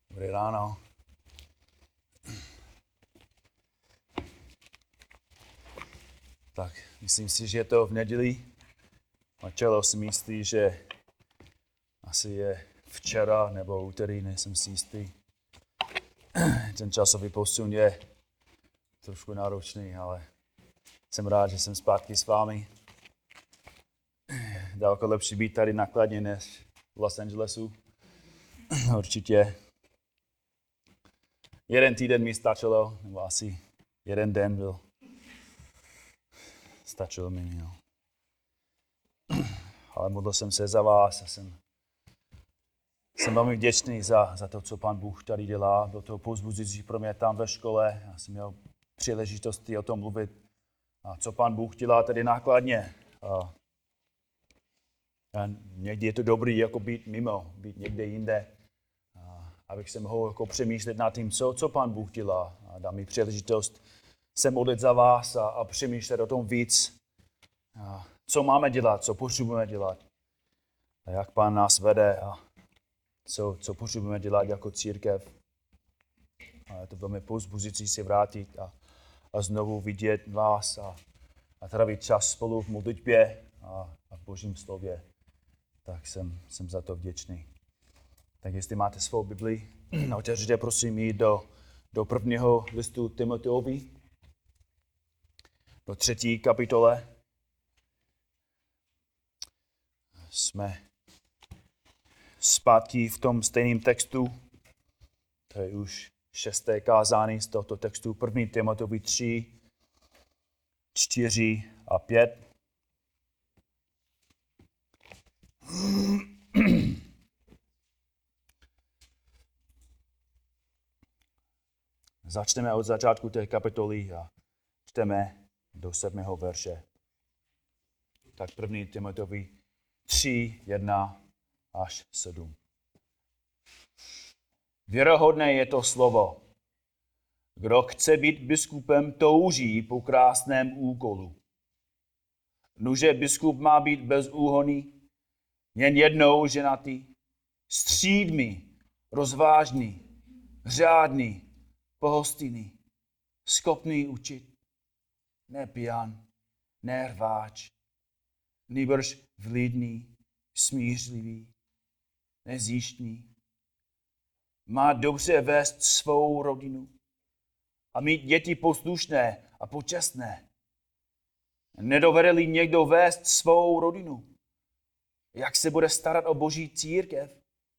Dobré ráno. Tak, myslím si, že je to v neděli. Marcelo si myslí, že asi je včera nebo úterý, nejsem si jistý. Ten časový posun je trošku náročný, ale jsem rád, že jsem zpátky s vámi. Daleko lepší být tady na Kladně než v Los Angelesu. Určitě. Jeden týden mi stačilo, nebo asi jeden den byl. Stačilo mi, jo. Ale modlil jsem se za vás a jsem velmi vděčný za to, co Pán Bůh tady dělá. Bylo to povzbuzující pro mě tam ve škole. Já jsem měl příležitosti o tom mluvit. A co Pán Bůh dělá tady na Kladně. A někdy je to dobrý jako být mimo, být někde jinde. Abych se mohl jako přemýšlet nad tím, co Pán Bůh dělá. A dá mi příležitost se modlit za vás a přemýšlet o tom víc. Co máme dělat, co potřebujeme dělat. A jak Pán nás vede a co potřebujeme dělat jako církev. A je to velmi povzbuzující se vrátit a znovu vidět vás a trávit čas spolu v modlitbě a v Božím slově. Tak jsem za to vděčný. Tak jestli máte svou Bibli, otevřete prosím ji do prvního listu Timoteovi, do 3. kapitole. Jsme zpátky v tom stejném textu. To je už 6. kázání z tohoto textu. 1. Timoteovi 3, 4 a 5. Začneme od začátku té kapitoly a čteme do 7. verše. Tak 1. Timoteovi 3, 1 až 7. Věrohodné je to slovo. Kdo chce být biskupem, touží po krásném úkolu. Nuže biskup má být bezúhonný, jen jednou ženatý, střídmý, rozvážný, řádný, pohostinný, schopný učit, ne pijan, ne rváč, nýbrž vlídný, smířlivý, nezjištný. Má dobře vést svou rodinu a mít děti poslušné a počestné. Nedovede-li někdo vést svou rodinu, jak se bude starat o Boží církev?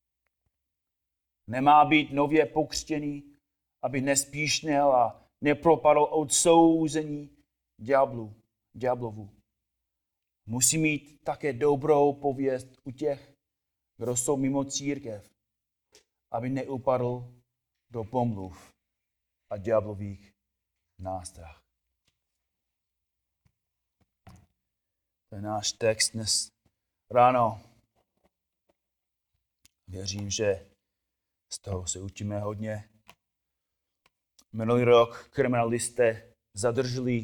Nemá být nově pokřtěný, aby nespíšnil a nepropadl odsouzení ďáblovu. Musí mít také dobrou pověst u těch, kdo jsou mimo církev, aby neupadl do pomluv a ďáblových nástrah. To je náš text dnes ráno. Věřím, že z toho se učíme hodně. Minulý rok kriminalisté zadrželi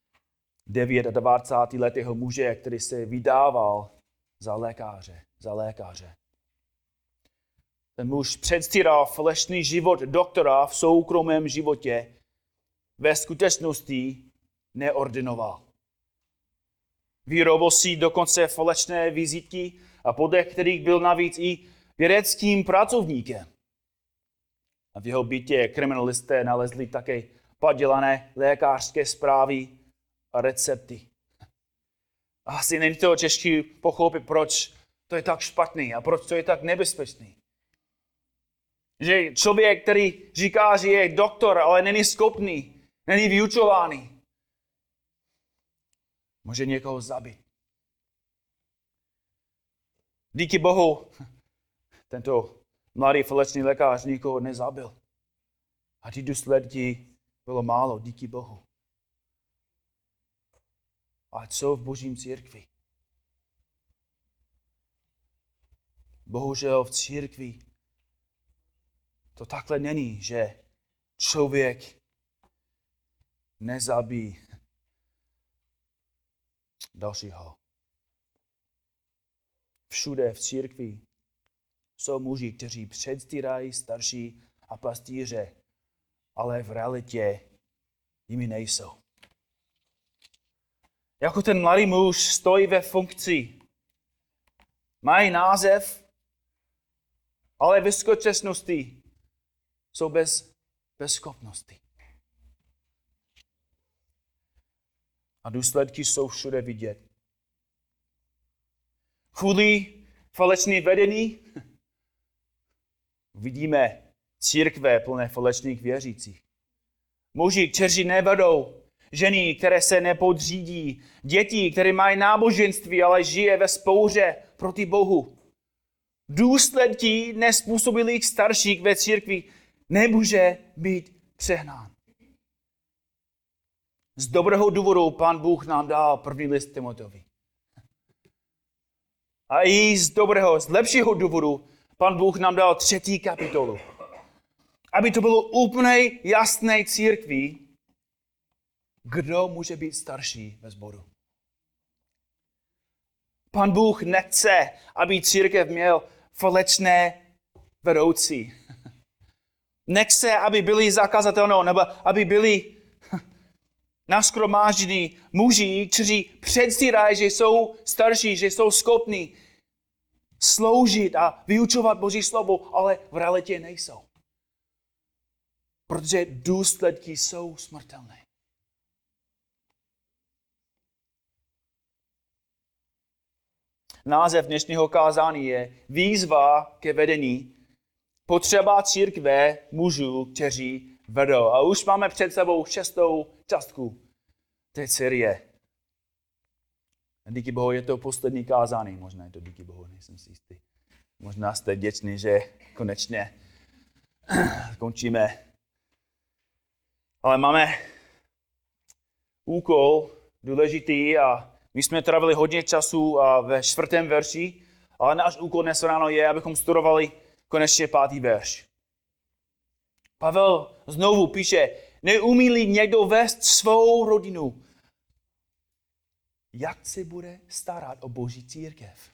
29letého muže, který se vydával za lékaře. Ten muž předstíral falešný život doktora v soukromém životě, ve skutečnosti neordinoval. Vyrobil si dokonce falešné vizitky a podle kterých byl navíc i vědeckým pracovníkem. A v jeho bytě kriminalisté nalezli také padělané lékařské zprávy a recepty. Asi není to těžké pochopit, proč to je tak špatný a proč to je tak nebezpečný. Že člověk, který říká, že je doktor, ale není schopný, není vyučovaný, může někoho zabít. Díky Bohu, tento mladý falešný lékař nikoho nezabil. A ty důsledky bylo málo, díky Bohu. A co v Božím církvi? Bohužel v církvi to takhle není, že člověk nezabí dalšího. Všude v církvi jsou muži, kteří předstírají starší a pastýře, ale v realitě jimi nejsou. Jako ten mladý muž stojí ve funkci. Mají název, ale ve skutečnosti jsou bez schopnosti. A důsledky jsou všude vidět. Kvůli falešné vedení vidíme církve plné falešných věřících. Muži, kteří nevedou, ženy, které se nepodřídí, děti, které mají náboženství, ale žije ve spouře proti Bohu. Důsledky nezpůsobilých starších ve církvi nemůže být přehnán. Z dobrého důvodu Pán Bůh nám dal první list Timoteovi. A i z lepšího důvodu Pán Bůh nám dal 3. kapitolu. Aby to bylo úplně jasné církvi, kdo může být starší ve sboru. Pán Bůh nechce, aby církev měl falešné vedoucí. Nechce, aby byli zakazatelné, nebo aby byli nashromáždění muži, kteří předstírají, že jsou starší, že jsou schopní sloužit a vyučovat Boží slovo, ale v realitě nejsou. Protože důsledky jsou smrtelné. Název dnešního kázání je Výzva ke vedení. Potřeba církve mužů, kteří vedou. A už máme před sebou 6. částku té série. A díky Bohu je to poslední kázání. Možná je to díky Bohu, nejsem si jistý. Možná jste vděční, že konečně končíme. Ale máme úkol důležitý a my jsme trávili hodně času ve 4. verši, ale náš úkol dnes ráno je, abychom studovali konečně 5. verš. Pavel znovu píše, neumí-li někdo vést svou rodinu, jak se bude starat o Boží církev?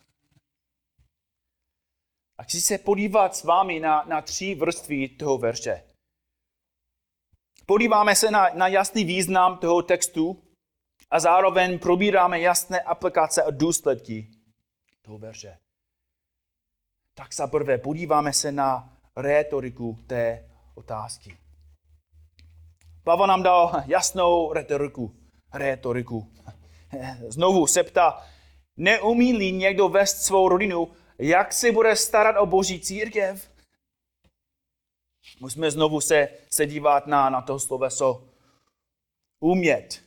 A chci se podívat s vámi na 3 vrstvy toho verše. Podíváme se na jasný význam toho textu a zároveň probíráme jasné aplikace a důsledky toho verše. Tak za prvé podíváme se na rétoriku té otázky. Pavel nám dal jasnou rétoriku. Znovu se ptá, neumí-li někdo vést svou rodinu, jak se bude starat o Boží církev? Musíme znovu se dívat na to sloveso umět.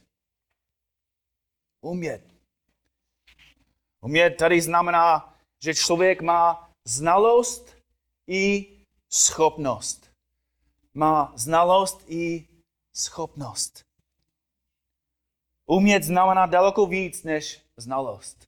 Umět tady znamená, že člověk má znalost i schopnost. Má znalost i schopnost. Umět znamená daleko víc než znalost.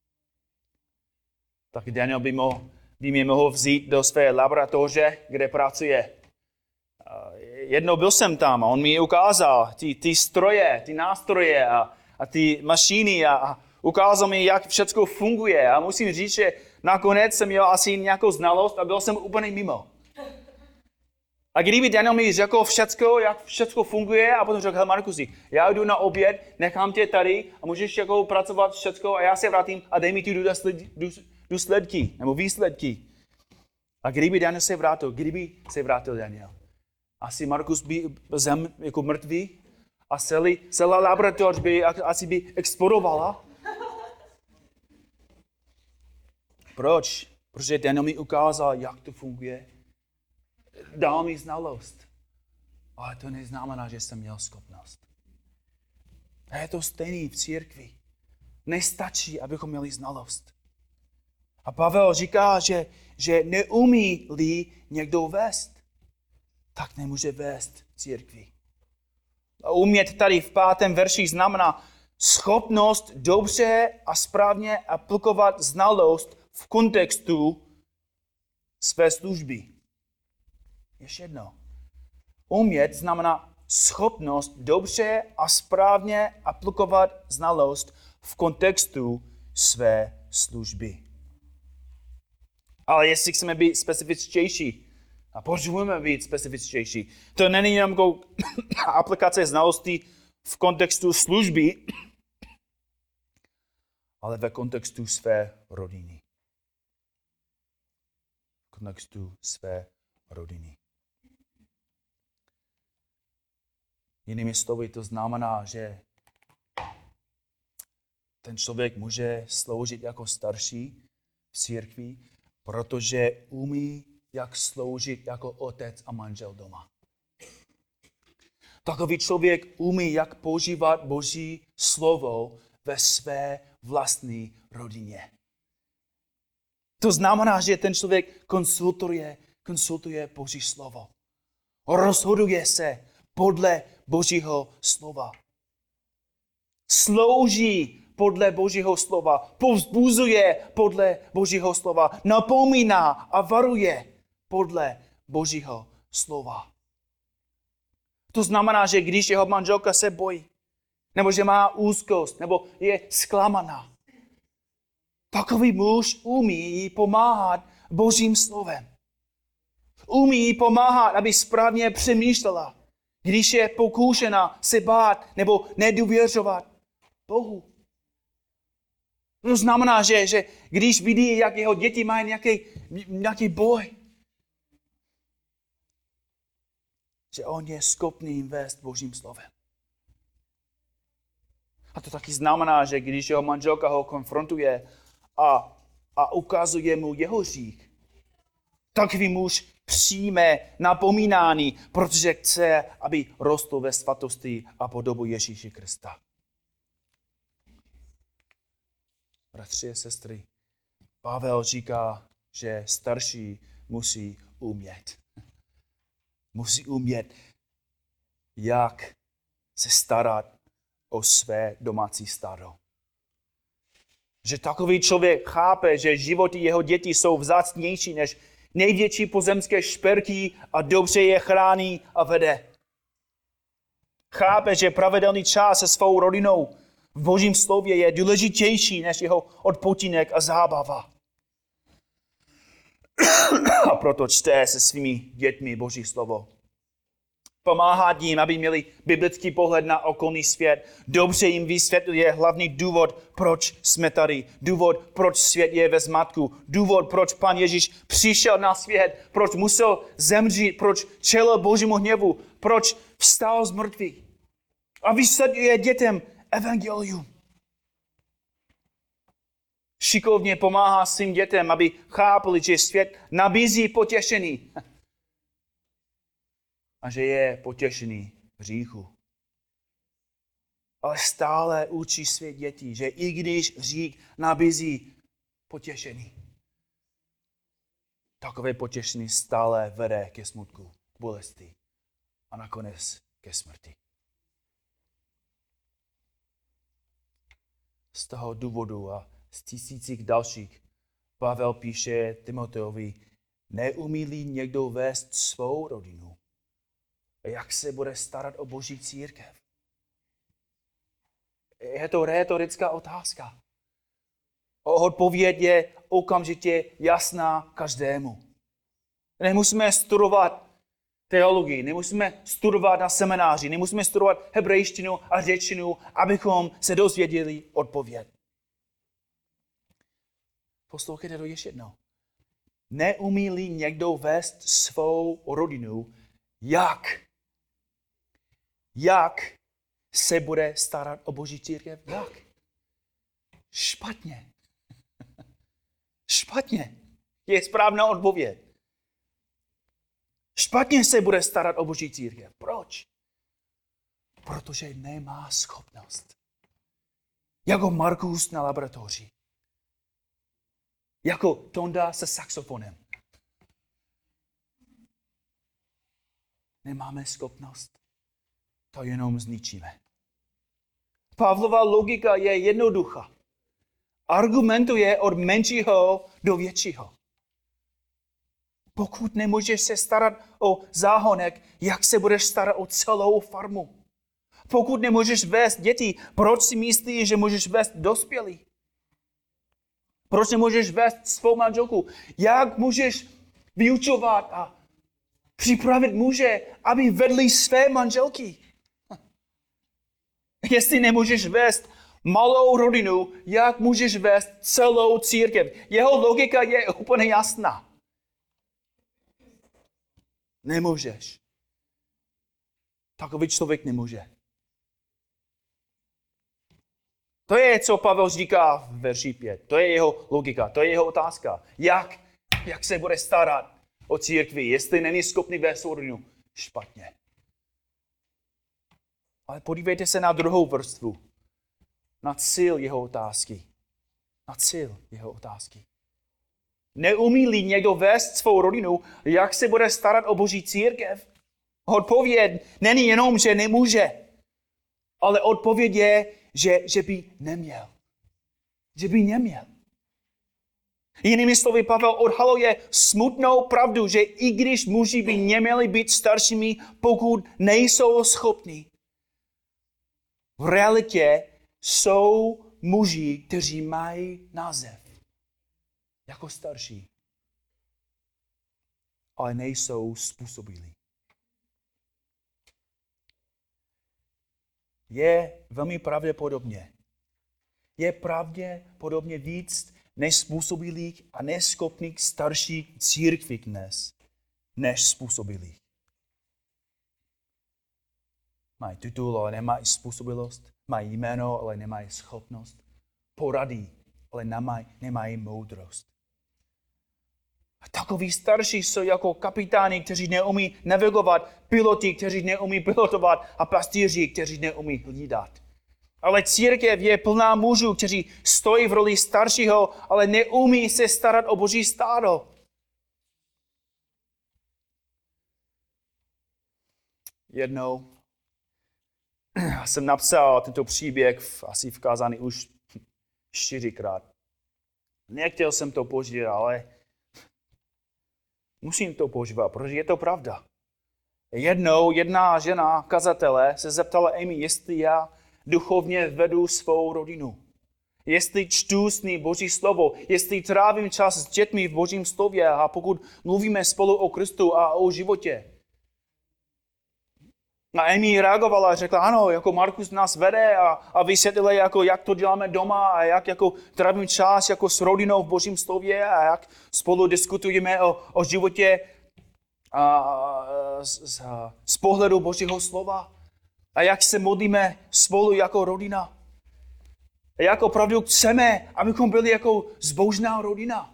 Tak Daniel by mě mohl vzít do své laboratoře, kde pracuje. Jednou byl jsem tam a on mi ukázal ty stroje, ty nástroje a ty mašiny a ukázal mi, jak všechno funguje. A musím říct, že nakonec jsem měl asi nějakou znalost a byl jsem úplně mimo. A kdyby Daniel mi řekl všecko, jak všecko funguje a potom řekl, hele Markusi, já jdu na oběd, nechám tě tady a můžeš jako pracovat všecko a já se vrátím a dej mi ty důsledky nebo výsledky. A kdyby se vrátil Daniel? Asi Markus by zem jako mrtvý a celá laboratoř by asi by explodovala. Proč? Protože Daniel mi ukázal, jak to funguje. Dal mi znalost. Ale to neznamená, že jsem měl schopnost. A je to stejný v církvi. Nestačí, abychom měli znalost. A Pavel říká, že neumí-li někdo vést, tak nemůže vést církvi. A umět tady v 5. verši znamená schopnost dobře a správně aplikovat znalost v kontextu své služby. Ještě jedno. Umět znamená schopnost dobře a správně aplikovat znalost v kontextu své služby. Ale jestli chceme být specifičtější, A potřebujeme být specifičtější. To není jenom jako aplikace znalostí v kontextu služby, ale ve kontextu své rodiny. V kontextu své rodiny. Jinými slovy, to znamená, že ten člověk může sloužit jako starší v církvi, protože umí, jak sloužit jako otec a manžel doma. Takový člověk umí, jak používat Boží slovo ve své vlastní rodině. To znamená, že ten člověk konsultuje Boží slovo. Rozhoduje se podle Božího slova. Slouží podle Božího slova. Povzbuzuje podle Božího slova. Napomíná a varuje podle Božího slova. To znamená, že když jeho manželka se bojí, nebo že má úzkost, nebo je zklamaná, takový muž umí jí pomáhat Božím slovem. Umí jí pomáhat, aby správně přemýšlela, když je pokoušena se bát nebo nedůvěřovat Bohu. To znamená, že když vidí, jak jeho děti mají nějaký boj, že on je schopný jim vést Božím slovem. A to taky znamená, že když jeho manželka ho konfrontuje a ukazuje mu jeho hřích, takový muž přijme napomínání, protože chce, aby rostl ve svatosti a podobu Ježíše Krista. Bratři a sestry, Pavel říká, že starší musí umět. Musí umět, jak se starat o své domácí stádo. Že takový člověk chápe, že životy jeho dětí jsou vzácnější než největší pozemské šperky a dobře je chrání a vede. Chápe, že pravidelný čas se svou rodinou v Božím slově je důležitější než jeho odpočinek a zábava. A proto čte se svými dětmi Boží slovo. Pomáhá jim, aby měli biblický pohled na okolní svět. Dobře jim vysvětluje hlavní důvod, proč jsme tady. Důvod, proč svět je ve zmatku. Důvod, proč Pan Ježíš přišel na svět. Proč musel zemřít. Proč čelil Božímu hněvu. Proč vstal z mrtvých. A vysvětluje dětem evangelium. Šikovně pomáhá svým dětem, aby chápali, že svět nabízí potěšení. A že je potěšený v hříchu. Ale stále učí své děti, že i když hřích nabízí potěšení, takové potěšení stále vede ke smutku, k bolesti a nakonec ke smrti. Z toho důvodu a z tisících dalších Pavel píše Timoteovi, neumí-li někdo vést svou rodinu, jak se bude starat o Boží církev? Je to rétorická otázka. Odpověď je okamžitě jasná každému. Nemusíme studovat teologii, nemusíme studovat na semináři, nemusíme studovat hebrejštinu a řečtinu, abychom se dozvěděli odpověď. Poslouchejte to ještě jednou. Neumí-li někdo vést svou rodinu, jak se bude starat o Boží církev? Jak? Špatně. Špatně. Je správná odpověď. Špatně se bude starat o Boží církev. Proč? Protože nemá schopnost. Jako Markus na laboratoři. Jako Tonda se saxofonem. Nemáme schopnost. To jenom zničíme. Pavlova logika je jednoduchá. Argumentuje od menšího do většího. Pokud nemůžeš se starat o záhonek, jak se budeš starat o celou farmu? Pokud nemůžeš vést děti, proč si myslíš, že můžeš vést dospělí? Proč nemůžeš vést svou manželku? Jak můžeš vyučovat a připravit muže, aby vedli své manželky. Jestli nemůžeš vést malou rodinu, jak můžeš vést celou církev? Jeho logika je úplně jasná. Nemůžeš. Takový člověk nemůže. To je, co Pavel říká v verši 5. To je jeho logika, to je jeho otázka. Jak se bude starat o církvi, jestli není schopný vést rodinu? Špatně. Ale podívejte se na druhou vrstvu. Na cíl jeho otázky. Na cíl jeho otázky. Neumí-li někdo vést svou rodinu, jak se bude starat o Boží církev? Odpověď není jenom, že nemůže, ale odpověď je, že by neměl. Že by neměl. Jinými slovy, Pavel odhaluje smutnou pravdu, že i když muži by neměli být staršími, pokud nejsou schopni, v realitě jsou muži, kteří mají název jako starší, ale nejsou způsobilí. Je velmi pravděpodobně víc nezpůsobilých a neschopných starších církví dnes, než způsobilých. Mají titul, ale nemají způsobilost. Mají jméno, ale nemají schopnost. Poradí, ale nemají moudrost. A takoví starší jsou jako kapitáni, kteří neumí navigovat, piloti, kteří neumí pilotovat a pastýři, kteří neumí hlídat. Ale církev je plná mužů, kteří stojí v roli staršího, ale neumí se starat o Boží stádo. Jednou jsem napsal tento příběh asi v kázání už 4krát. Nechtěl jsem to použít, ale musím to používat, protože je to pravda. Jednou jedna žena, kazatele, se zeptala Amy, jestli já duchovně vedu svou rodinu. Jestli čtu s ní Boží slovo, jestli trávím čas s dětmi v Božím slově a pokud mluvíme spolu o Kristu a o životě. A Amy reagovala a řekla, ano, jako Markus nás vede a vysvětlila, jak to děláme doma a jak trávím čas jako s rodinou v Božím slově a jak spolu diskutujeme o životě z pohledu Božího slova a jak se modlíme spolu jako rodina. A jak opravdu chceme, abychom byli jako zbožná rodina.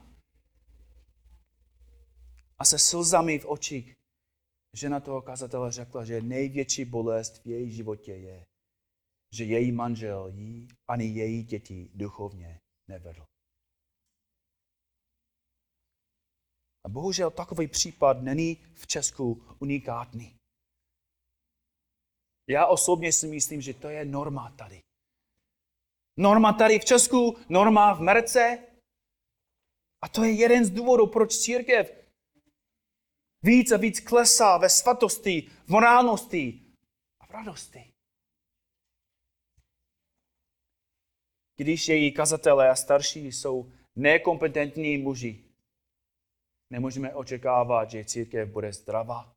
A se slzami v očích žena toho kazatele řekla, že největší bolest v její životě je, že její manžel jí ani její děti duchovně nevedl. A bohužel takový případ není v Česku unikátní. Já osobně si myslím, že to je norma tady. Norma tady v Česku, norma v Americe. A to je jeden z důvodů, proč církev víc a víc klesá ve svatosti, v morálnosti a v radosti. Když její kazatelé a starší jsou nekompetentní muži, nemůžeme očekávat, že církev bude zdravá,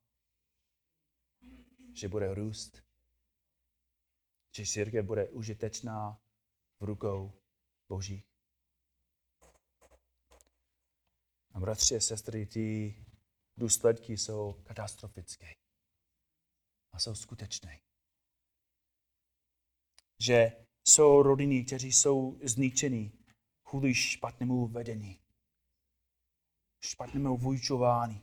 že bude růst, že církev bude užitečná v rukou Boží. A bratři a sestry, ty důsledky jsou katastrofické a jsou skutečné. Že jsou rodiny, kteří jsou zničení kvůli špatnému vedení, špatnému vyučování.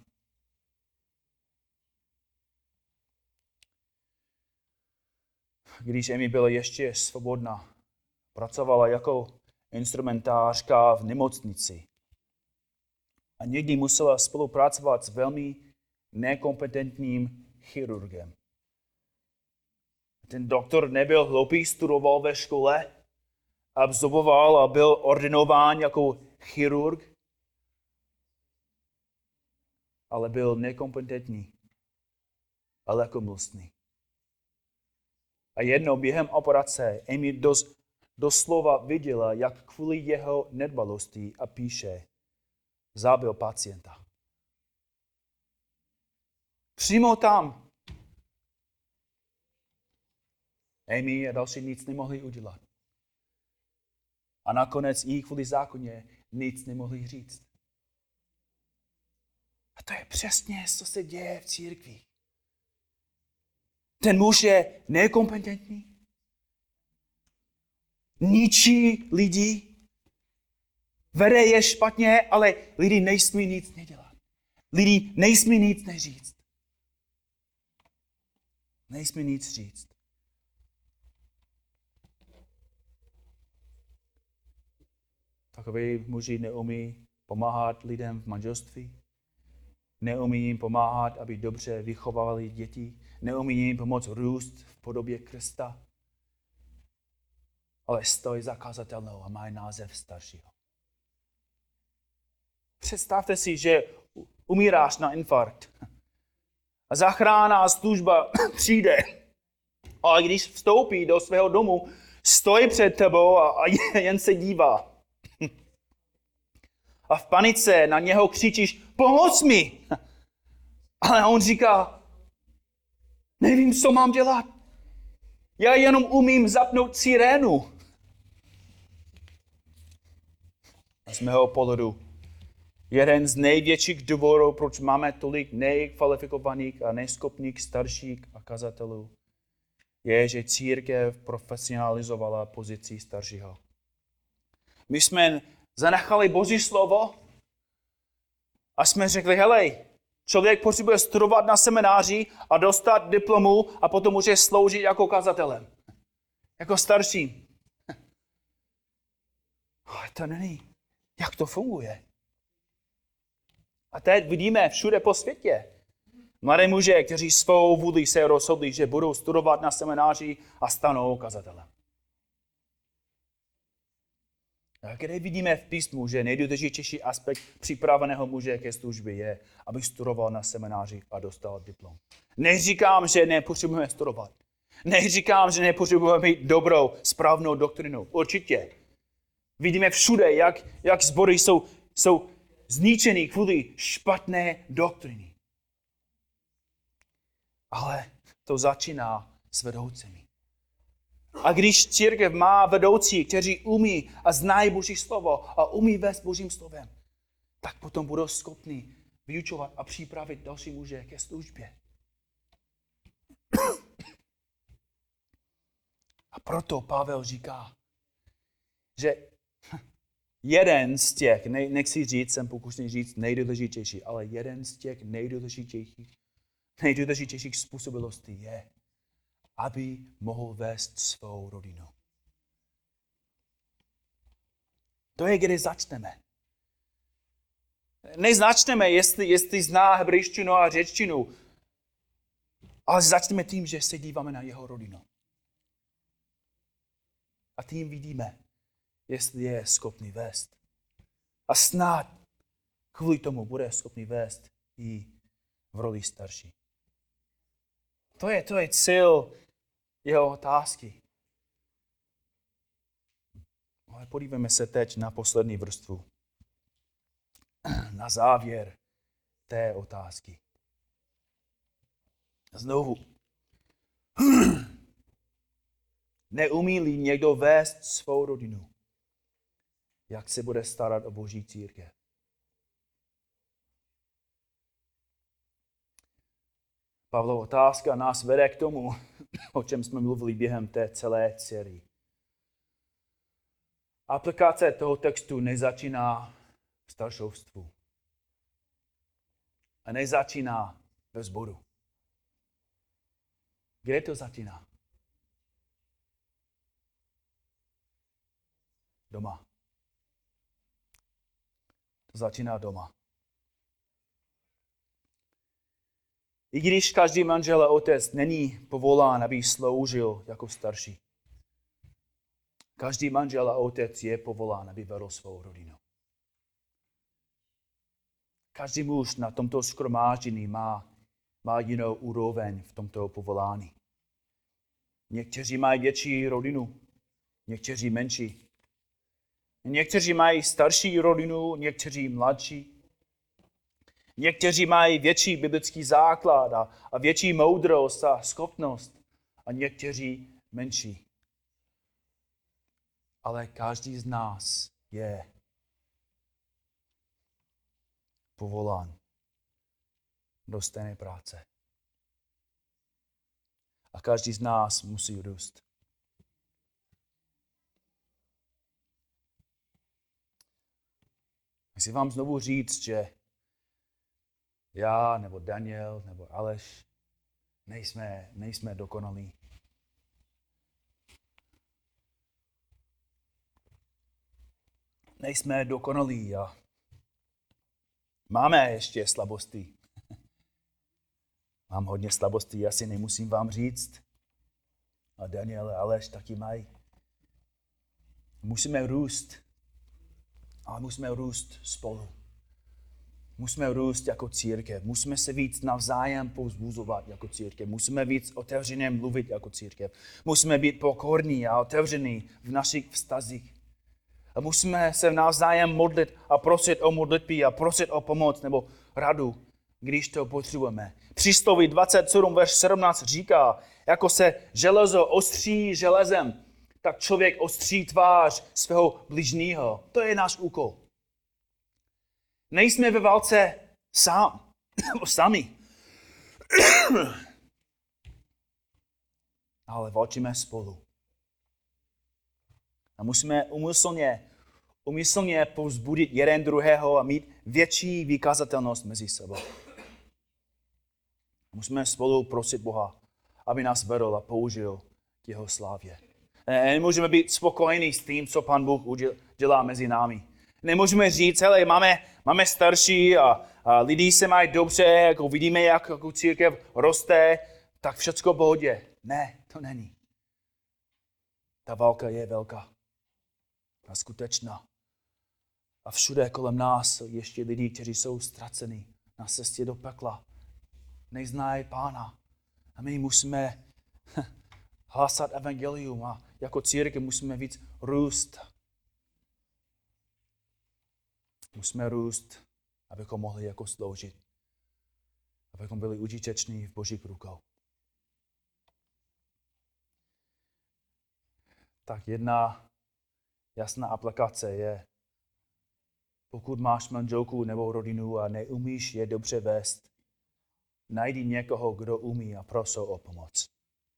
Když Amy byla ještě svobodná, pracovala jako instrumentářka v nemocnici. A někdy musela spolupracovat s velmi nekompetentním chirurgem. Ten doktor nebyl hloupý, studoval ve škole, absolvoval a byl ordinován jako chirurg, ale byl nekompetentní a lehkomyslný. A jednou během operace Amy doslova viděla, jak kvůli jeho nedbalosti a píše zabil pacienta. Přímo tam. Amy a další nic nemohli udělat. A nakonec i kvůli zákoně nic nemohli říct. A to je přesně, co se děje v církvi. Ten muž je nekompetentní, ničí lidi, vede je špatně, ale lidi nejsmí nic nedělat. Lidi nejsmí nic neříct. Nejsmí nic říct. Takoví muži neumí pomáhat lidem v manželství. Neumí jim pomáhat, aby dobře vychovávali děti. Neumí jim pomoct růst v podobě Krista. Ale stojí za kazatelnou a mají název staršího. Představte si, že umíráš na infarkt. A záchranná služba přijde. A když vstoupí do svého domu, stojí před tebou a jen se dívá. A v panice na něho křičíš, pomoz mi! Ale on říká, nevím, co mám dělat. Já jenom umím zapnout sirénu. A z mého pohledu jeden z největších důvodů, proč máme tolik nekvalifikovaných a neschopných starších a kazatelů, je, že církev profesionalizovala pozici staršího. My jsme zanechali Boží slovo a jsme řekli, helej, člověk potřebuje studovat na semináři a dostat diplomu a potom může sloužit jako kazatelem. Jako starší. Ale to není. Jak to funguje? A teď vidíme všude po světě mladé muže, kteří svou vůli se rozhodli, že budou studovat na semináři a stanou kazatelem. A kde vidíme v písmu, že nejdůležitější aspekt připraveného muže ke službě je, aby studoval na semináři a dostal diplom. Neříkám, že nepotřebujeme studovat. Neříkám, že nepotřebujeme mít dobrou, správnou doktrinu. Určitě. Vidíme všude, jak sbory jsou zničený kvůli špatné doktriny. Ale to začíná s vedoucími. A když církev má vedoucí, kteří umí a znají Boží slovo a umí vést Božím slovem, tak potom budou schopni vyučovat a připravit další muže ke službě. A proto Pavel říká, že jeden z těch, nechci říct, jsem pokusný říct nejdůležitější, ale jeden z těch nejdůležitějších způsobilostí je, aby mohl vést svou rodinu. To je, kde začneme. Nezačneme, jestli zná hebrejštinu a řečtinu, ale začneme tím, že se díváme na jeho rodinu. A tím vidíme, jestli je schopný vést. A snad kvůli tomu bude schopný vést i v roli starší. To je cíl jeho otázky. Ale podívejme se teď na poslední vrstvu. Na závěr té otázky. Znovu. Neumí-li někdo vést svou rodinu, jak se bude starat o Boží církev? Pavlova otázka nás vede k tomu, o čem jsme mluvili během té celé série. Aplikace toho textu nezačíná v staršovstvu. A nezačíná ve sboru. Kde to začíná? Doma. To začíná doma. I když každý manžel a otec není povolán, aby sloužil jako starší. Každý manžel a otec je povolán, aby vedl svou rodinu. Každý muž na tomto shromáždění má jinou úroveň v tomto povolání. Někteří mají větší rodinu, někteří menší. Někteří mají starší rodinu, někteří mladší. Někteří mají větší biblický základ a větší moudrost a schopnost a někteří menší. Ale každý z nás je povolán do stejné práce. A každý z nás musí růst. Chci vám znovu říct, že já, nebo Daniel, nebo Aleš nejsme dokonalí. Nejsme dokonalí a máme ještě slabosti. Mám hodně slabostí, asi nemusím vám říct. A Daniel a Aleš taky mají. Musíme růst, ale musíme růst spolu. Musíme růst jako církev. Musíme se víc navzájem povzbuzovat jako církev. Musíme víc otevřeně mluvit jako církev. Musíme být pokorní a otevření v našich vztazích. A musíme se navzájem modlit a prosit o modlitby a prosit o pomoc nebo radu, když to potřebujeme. Přísloví 27, verš 17 říká, jako se železo ostří železem, tak člověk ostří tvář svého bližního. To je náš úkol. Nejsme ve válce sami. Ale válčíme spolu. A musíme umyslně povzbudit jeden druhého a mít větší vykazatelnost mezi sebou. Musíme spolu prosit Boha, aby nás vedl a použil k jeho slávě. Nemůžeme být spokojení s tím, co Pán Bůh dělá mezi námi. Nemůžeme říct, hele, máme starší a lidi se mají dobře, jako vidíme, jak jako církev roste, tak všecko v pohodě. Ne, to není. Ta válka je velká a skutečná. A všude kolem nás jsou ještě lidi, kteří jsou ztraceni na cestě do pekla. Neznají Pána. A my musíme hlásat evangelium a jako církev musíme víc růst. Musíme růst, abychom mohli jako sloužit. Abychom byli užiteční v Božích rukou. Tak jedna jasná aplikace je, pokud máš manželku nebo rodinu a neumíš je dobře vést, najdi někoho, kdo umí a prosí o pomoc.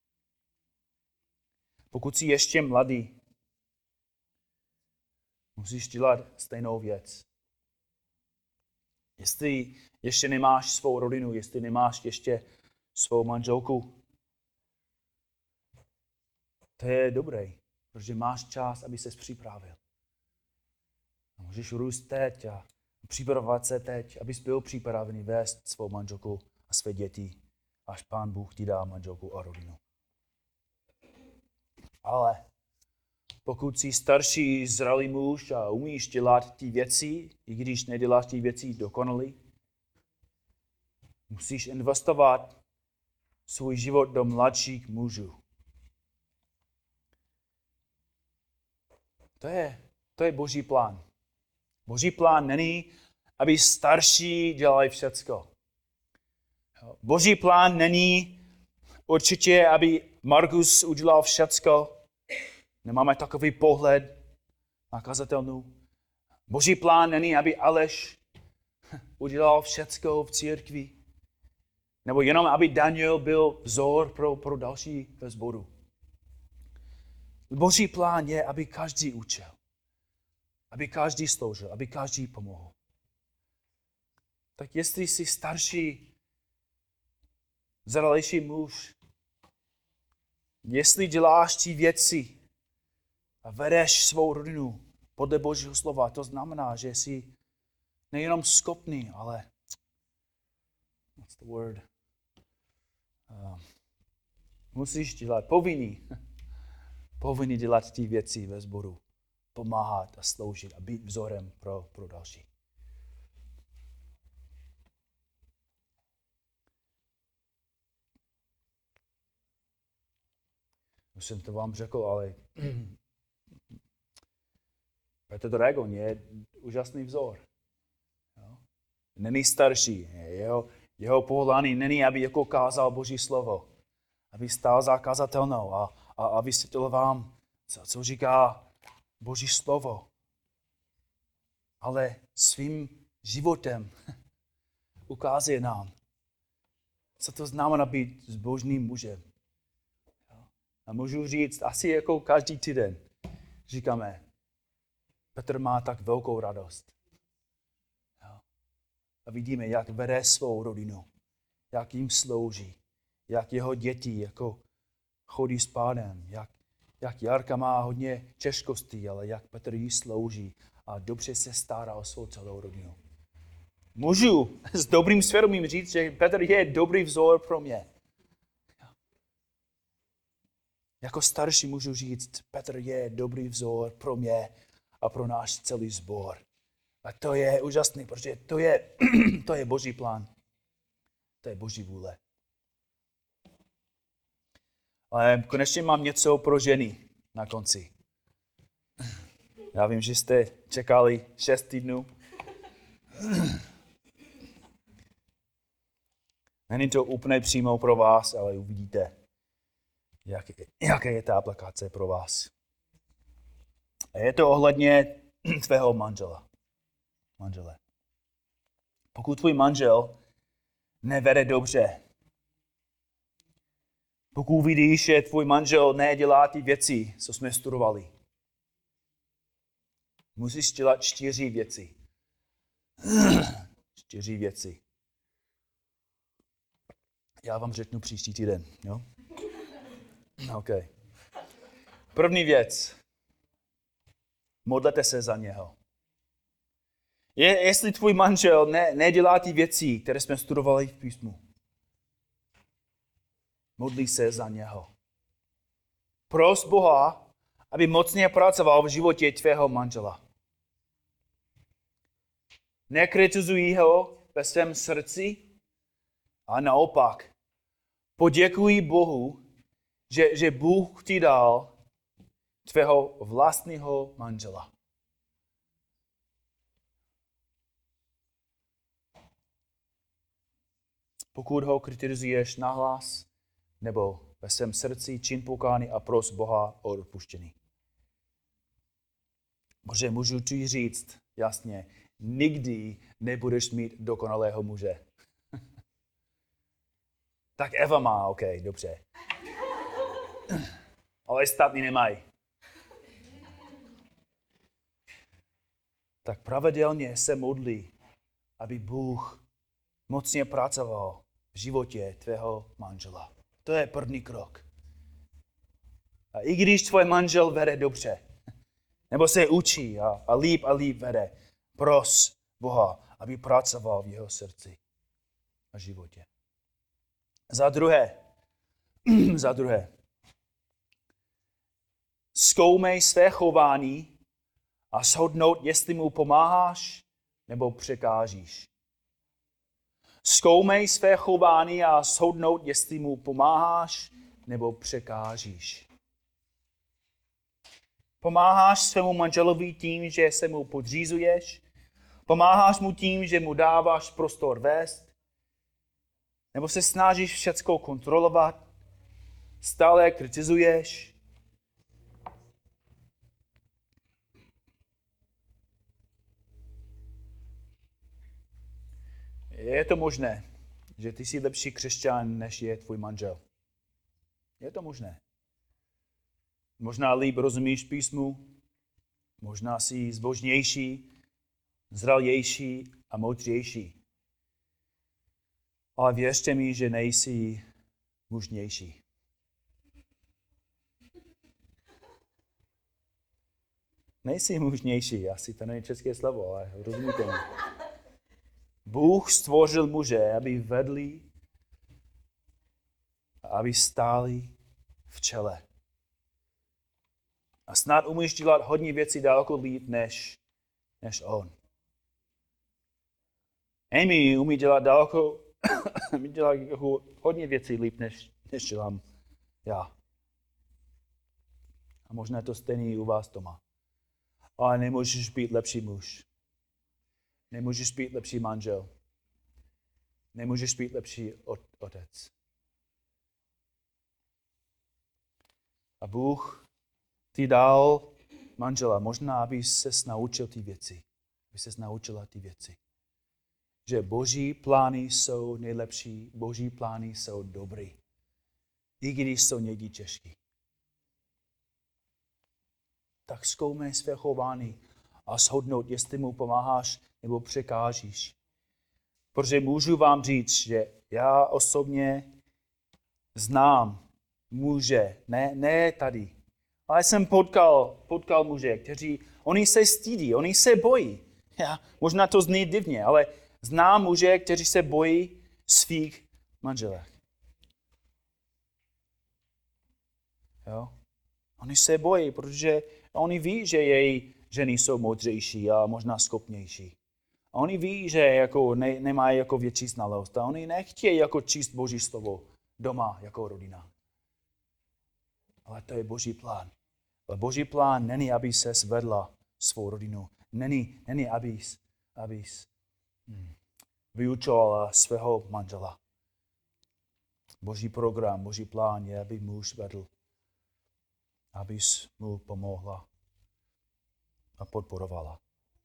Pokud jsi ještě mladý, musíš dělat stejnou věc. Jestli ještě nemáš svou rodinu, jestli nemáš ještě svou manželku, to je dobré, protože máš čas, aby ses připravil. A můžeš růst teď a připravovat se teď, abys byl připravený vést svou manželku a své děti, až Pán Bůh ti dá manželku a rodinu. Ale pokud jsi starší, zralý muž a umíš dělat ty věci, i když neděláš ty věci dokonale, musíš investovat svůj život do mladších mužů. To je Boží plán. Boží plán není, aby starší dělali všecko. Boží plán není určitě, aby Markus udělal všecko. Nemáme takový pohled na kazatelnu. Boží plán není, aby Aleš udělal všecko v církvi. Nebo jenom, aby Daniel byl vzor pro další ve sboru. Boží plán je, aby každý učil. Aby každý sloužil, aby každý pomohl. Tak jestli jsi starší, zralejší muž, jestli děláš ty věci a vedeš svou rodinu podle Božího slova, to znamená, že jsi nejenom schopný, ale what's the word? Musíš dělat, povinný dělat ty věci ve sboru, pomáhat a sloužit a být vzorem pro další. Už jsem to vám řekl, ale Petr Dragon je úžasný vzor. Jo? není starší. Jeho povolání není, aby jako kázal Boží slovo. Aby stál za kazatelnou a vysvětlil vám, co říká Boží slovo. Ale svým životem ukazuje nám, co to znamená být zbožným mužem. A můžu říct, asi jako každý týden říkáme, Petr má tak velkou radost. A vidíme, jak vede svou rodinu, jak jim slouží, jak jeho děti jako chodí s Pánem, jak Jarka má hodně těžkostí, ale jak Petr jí slouží a dobře se stará o svou celou rodinu. Můžu s dobrým svědomím říct, že Petr je dobrý vzor pro mě. Jako starší můžu říct, Petr je dobrý vzor pro mě a pro náš celý sbor. A to je úžasné, protože to je Boží plán. To je Boží vůle. Ale konečně mám něco pro ženy na konci. Já vím, že jste čekali 6 týdnů. Není to úplně přímo pro vás, ale uvidíte, jaké je ta aplikace pro vás. A je to ohledně tvého manžele. Pokud tvůj manžel nevede dobře, pokud vidíš, že tvůj manžel nedělá ty věci, co jsme studovali, musíš dělat 4 věci. 4 věci. Já vám řeknu příští týden. Jo? OK. První věc. Modlete se za něho. Jestli tvůj manžel nedělá ty věci, které jsme studovali v písmu, modlí se za něho. Pros Boha, aby mocně pracoval v životě tvého manžela. Nekritizuj ho ve svém srdci, a naopak poděkuj Bohu, že Bůh ti dal tvého vlastního manžela. Pokud ho kritizuješ nahlas nebo ve svém srdci, čin pokání a pros Boha o odpuštění. Bože, můžu ti říct jasně, nikdy nebudeš mít dokonalého muže. Tak Eva má, OK, dobře. Ale ostatní nemají. Tak pravidelně se modlí, aby Bůh mocně pracoval v životě tvého manžela. To je první krok. A i když tvůj manžel vede dobře, nebo se učí a líp vede, pros Boha, aby pracoval v jeho srdci a životě. Za druhé, zkoumej své chování a shodnout, jestli mu pomáháš nebo překážíš. Zkoumej své chování a shodnout, jestli mu pomáháš nebo překážíš. Pomáháš svému manželovi tím, že se mu podřízuješ? Pomáháš mu tím, že mu dáváš prostor vést? Nebo se snažíš všecko kontrolovat? Stále kritizuješ? Je to možné, že ty jsi lepší křesťan, než je tvůj manžel. Je to možné. Možná líp rozumíš písmu, možná jsi zbožnější, zralější a moudřejší. Ale věřte mi, že nejsi mužnější. Nejsi mužnější, asi to není české slovo, ale rozumíte mi. Bůh stvořil muže, aby vedli, aby stáli v čele. A snad umíš dělat hodně věcí daleko líp než on. Amy umí dělat hodně věcí líp, než dělám já. A možná to stejný u vás doma. Ale nemůžeš být lepší muž. Nemůžeš být lepší manžel. Nemůžeš být lepší otec. A Bůh ti dal manžela, možná, aby ses naučil ty věci. Aby ses naučila ty věci. Že Boží plány jsou nejlepší, Boží plány jsou dobrý. I když jsou někdy těžký. Tak zkoumej své chování a shodnout, jestli mu pomáháš nebo překážíš. Protože můžu vám říct, že já osobně znám muže, ne tady, ale jsem potkal muže, kteří, oni se stydí, oni se bojí. Možná to zní divně, ale znám muže, kteří se bojí svých manželek. Jo? Oni se bojí, protože oni ví, že její ženy jsou moudřejší a možná schopnější. A oni ví, že jako nemají jako větší znalost a oni nechtějí jako číst Boží slovo doma jako rodina. Ale to je Boží plán. Ale Boží plán není, aby se svedla svou rodinu. Není abys vyučovala svého manžela. Boží program, Boží plán je, aby muž vedl. Abys mu pomohla a podporovala.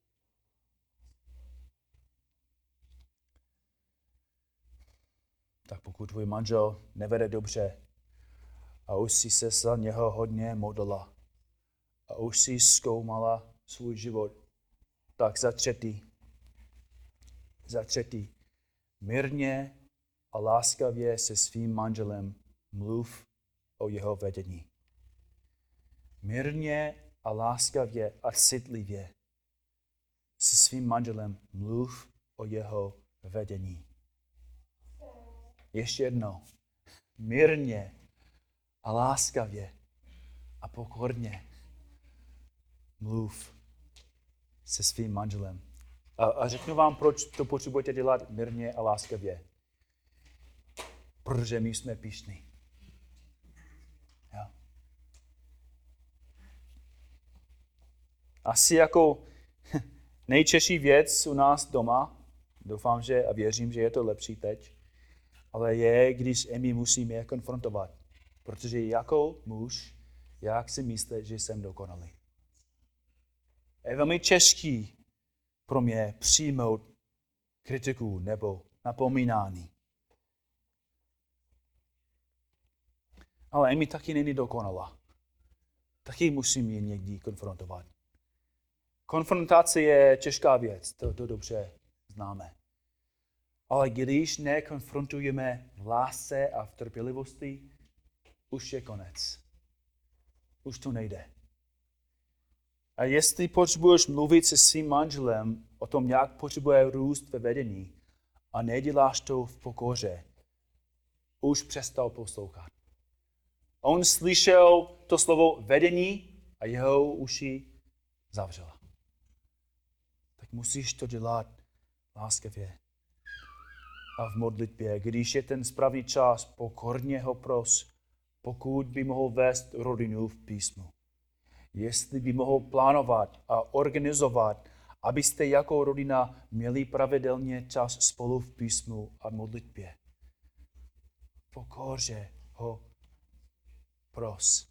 Tak pokud tvůj manžel nevede dobře a už jsi se za něho hodně modlila a už jsi zkoumala svůj život, tak za třetí, mírně a láskavě se svým manželem mluv o jeho vedení. Mírně a láskavě a citlivě se svým manželem mluv o jeho vedení. Ještě jednou. Mírně a láskavě a pokorně mluv se svým manželem. A řeknu vám, proč to potřebujete dělat mírně a láskavě. Protože my jsme pyšní. Asi jako nejčešší věc u nás doma, doufám, že a věřím, že je to lepší teď, ale je, když my musíme je konfrontovat. Protože jako muž, jak si myslíš, že jsem dokonalý. Je velmi těžký pro mě přijmout kritiku nebo napomínání. Ale Amy taky není dokonalá. Taky musím ji někdy konfrontovat. Konfrontace je těžká věc, to dobře známe. Ale když nekonfrontujeme v lásce a v trpělivosti, už je konec. Už to nejde. A jestli potřebuješ mluvit se svým manželem o tom, jak potřebuje růst ve vedení a neděláš to v pokoře, už přestal poslouchat. On slyšel to slovo vedení a jeho uši zavřela. Tak musíš to dělat láskavě a v modlitbě. Když je ten správný čas, pokorně ho pros, pokud by mohl vést rodinu v písmu. Jestli by mohl plánovat a organizovat, abyste jako rodina měli pravidelně čas spolu v písmu a modlitbě. Pokoře ho pros.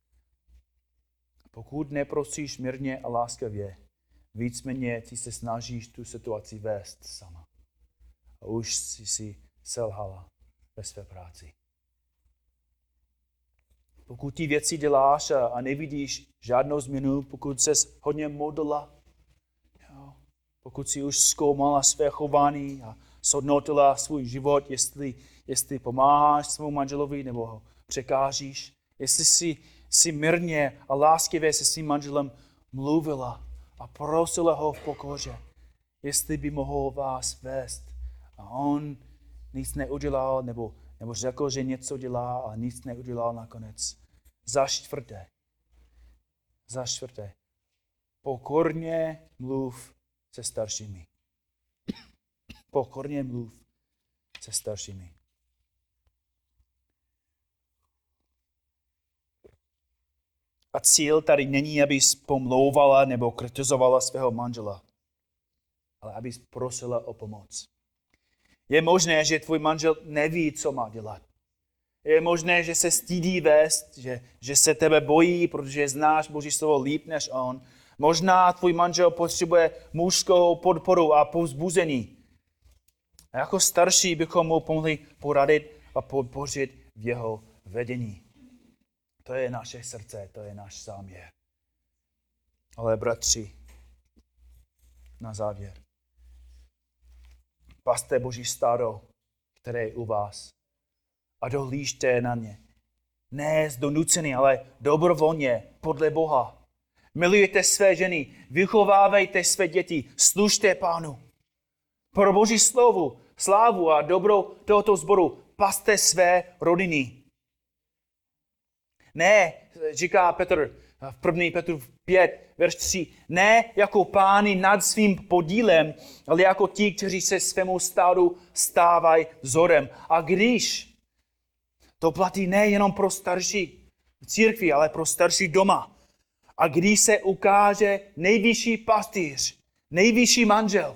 Pokud neprosíš mírně a láskavě, víceméně ty se snažíš tu situaci vést sama. A už jsi si selhala ve své práci. Pokud ty věci děláš a nevidíš žádnou změnu, pokud ses hodně modlila, pokud si už zkoumala své chování a shodnotila svůj život, jestli pomáháš svému manželovi nebo ho překážíš, jestli si mírně a láskavě se svým manželem mluvila a prosila ho v pokoře, jestli by mohl vás vést. A on nic neudělal, nebo řekl, že něco dělá, a nic neudělal nakonec. Za čtvrté, pokorně mluv se staršími. Pokorně mluv se staršími. A cíl tady není, abys pomlouvala nebo kritizovala svého manžela, ale abys prosila o pomoc. Je možné, že tvůj manžel neví, co má dělat. Je možné, že se stydí vést, že se tebe bojí, protože znáš Boží slovo líp než on. Možná tvůj manžel potřebuje mužskou podporu a povzbuzení. A jako starší bychom mu pomohli poradit a podpořit v jeho vedení. To je naše srdce, to je náš záměr. Ale bratři, na závěr. Paste Boží stádo, které je u vás, a dohlížte na ně. Ne z donucení, ale dobrovolně, podle Boha. Milujte své ženy, vychovávejte své děti, služte Pánu. Pro Boží slávu a dobro tohoto sboru paste své rodiny. Ne, říká Petr v 1. Petrův 5, verš 3, ne jako pány nad svým podílem, ale jako ti, kteří se svému stádu stávají vzorem. A když to platí nejenom pro starší v církvi, ale pro starší doma. A když se ukáže nejvyšší pastýř, nejvyšší manžel,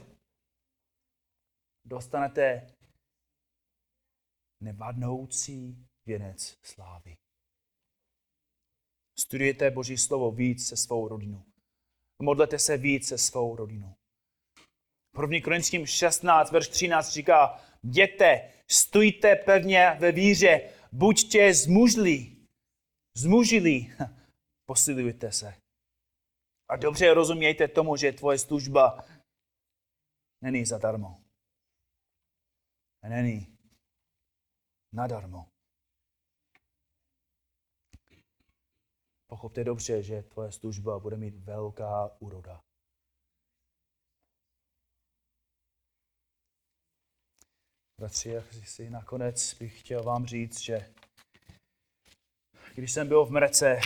dostanete nevadnoucí věnec slávy. Studujete Boží slovo víc se svou rodinou. Modlete se víc se svou rodinou. 1. Korinským 16, verš 13 říká, jděte, stůjte pevně ve víře, buďte zmužilí, posilujte se. A dobře rozumějte tomu, že tvoje služba není zadarmo. Není nadarmo. Pochopte dobře, že tvoje služba bude mít velká úroda. Bratři, si nakonec bych chtěl vám říct, že když jsem byl v Mrece,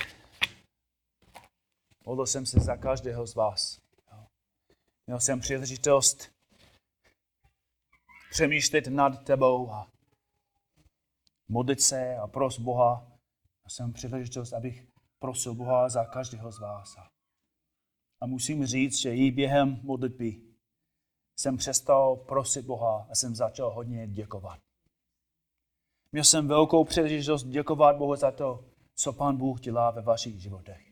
modlil jsem se za každého z vás. Měl jsem příležitost přemýšlet nad tebou a modlit se a prosit Boha. Měl jsem příležitost, abych prosil Boha za každého z vás. A musím říct, že i během modlitby jsem přestal prosit Boha a jsem začal hodně děkovat. Měl jsem velkou příležitost děkovat Bohu za to, co Pán Bůh dělá ve vašich životech.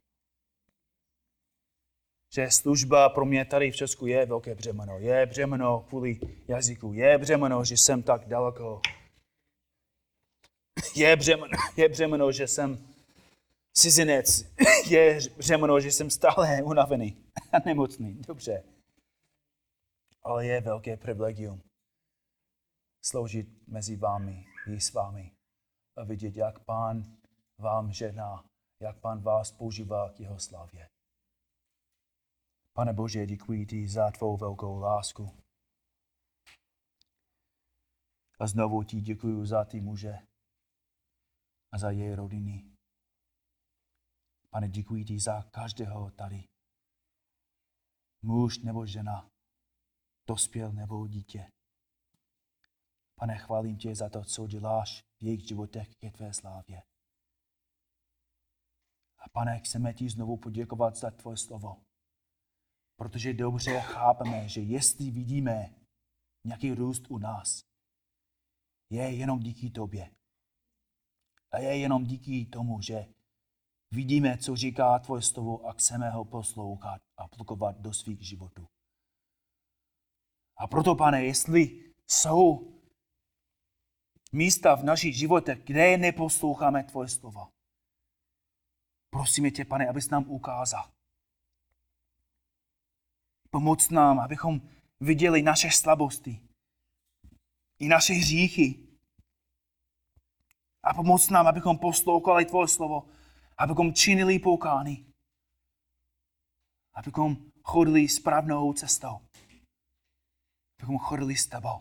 Že služba pro mě tady v Česku je velké břemeno. Je břemeno kvůli jazyku. Je břemeno, že jsem tak daleko. Je břemeno, že jsem cizinec. Je břemeno, že jsem stále unavený a nemocný. Dobře. Ale je velké privilegium sloužit mezi vámi i s vámi a vidět, jak Pán vám žehná, jak Pán vás používá k jeho slávě. Pane Bože, děkuji ti za tvou velkou lásku. A znovu ti děkuji za ty muže a za její rodiny. Pane, děkuji ti za každého tady. Muž nebo žena, dospěl nebo dítě. Pane, chválím tě za to, co děláš v jejich životech ke tvé slávě. A pane, chceme ti znovu poděkovat za tvoje slovo. Protože dobře chápeme, že jestli vidíme nějaký růst u nás, je jenom díky tobě. A je jenom díky tomu, že vidíme, co říká tvoje slovo a chceme ho poslouchat a aplikovat do svých životů. A proto, pane, jestli jsou místa v našich životech, kde neposloucháme tvoje slovo, prosíme tě, pane, abys nám ukázal. Pomoc nám, abychom viděli naše slabosti i naše hříchy. A pomoc nám, abychom poslouchali tvoje slovo, abychom činili pokání, abychom chodili správnou cestou, abychom chodili s tebou.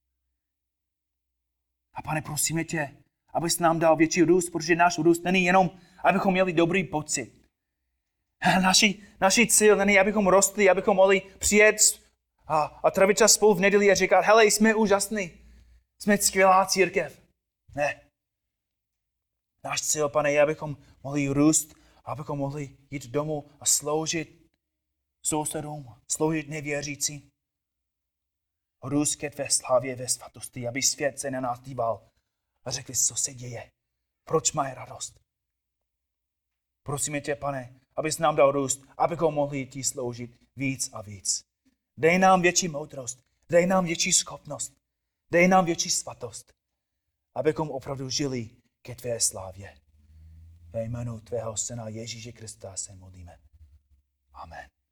A pane, prosíme tě, abys nám dal větší růst, protože náš růst není jenom, abychom měli dobrý pocit. Naši cíl není, abychom rostli, abychom mohli přijet a trávit čas spolu v neděli a říkat, hele, jsme úžasní, jsme skvělá církev. Ne. Náš cíl, pane, je, abychom mohli růst, abychom mohli jít domů a sloužit sousedům, sloužit nevěřícím. růst ke tvé slávě ve svatosti, aby svět se na nás díval a řekli, co se děje, proč mají radost. Prosíme tě, Pane, abys nám dal růst, abychom mohli ti sloužit víc a víc. Dej nám větší moudrost, dej nám větší schopnost, dej nám větší svatost, abychom opravdu žili ke tvé slávě. Ve jménu tvého syna Ježíše Krista se modlíme. Amen.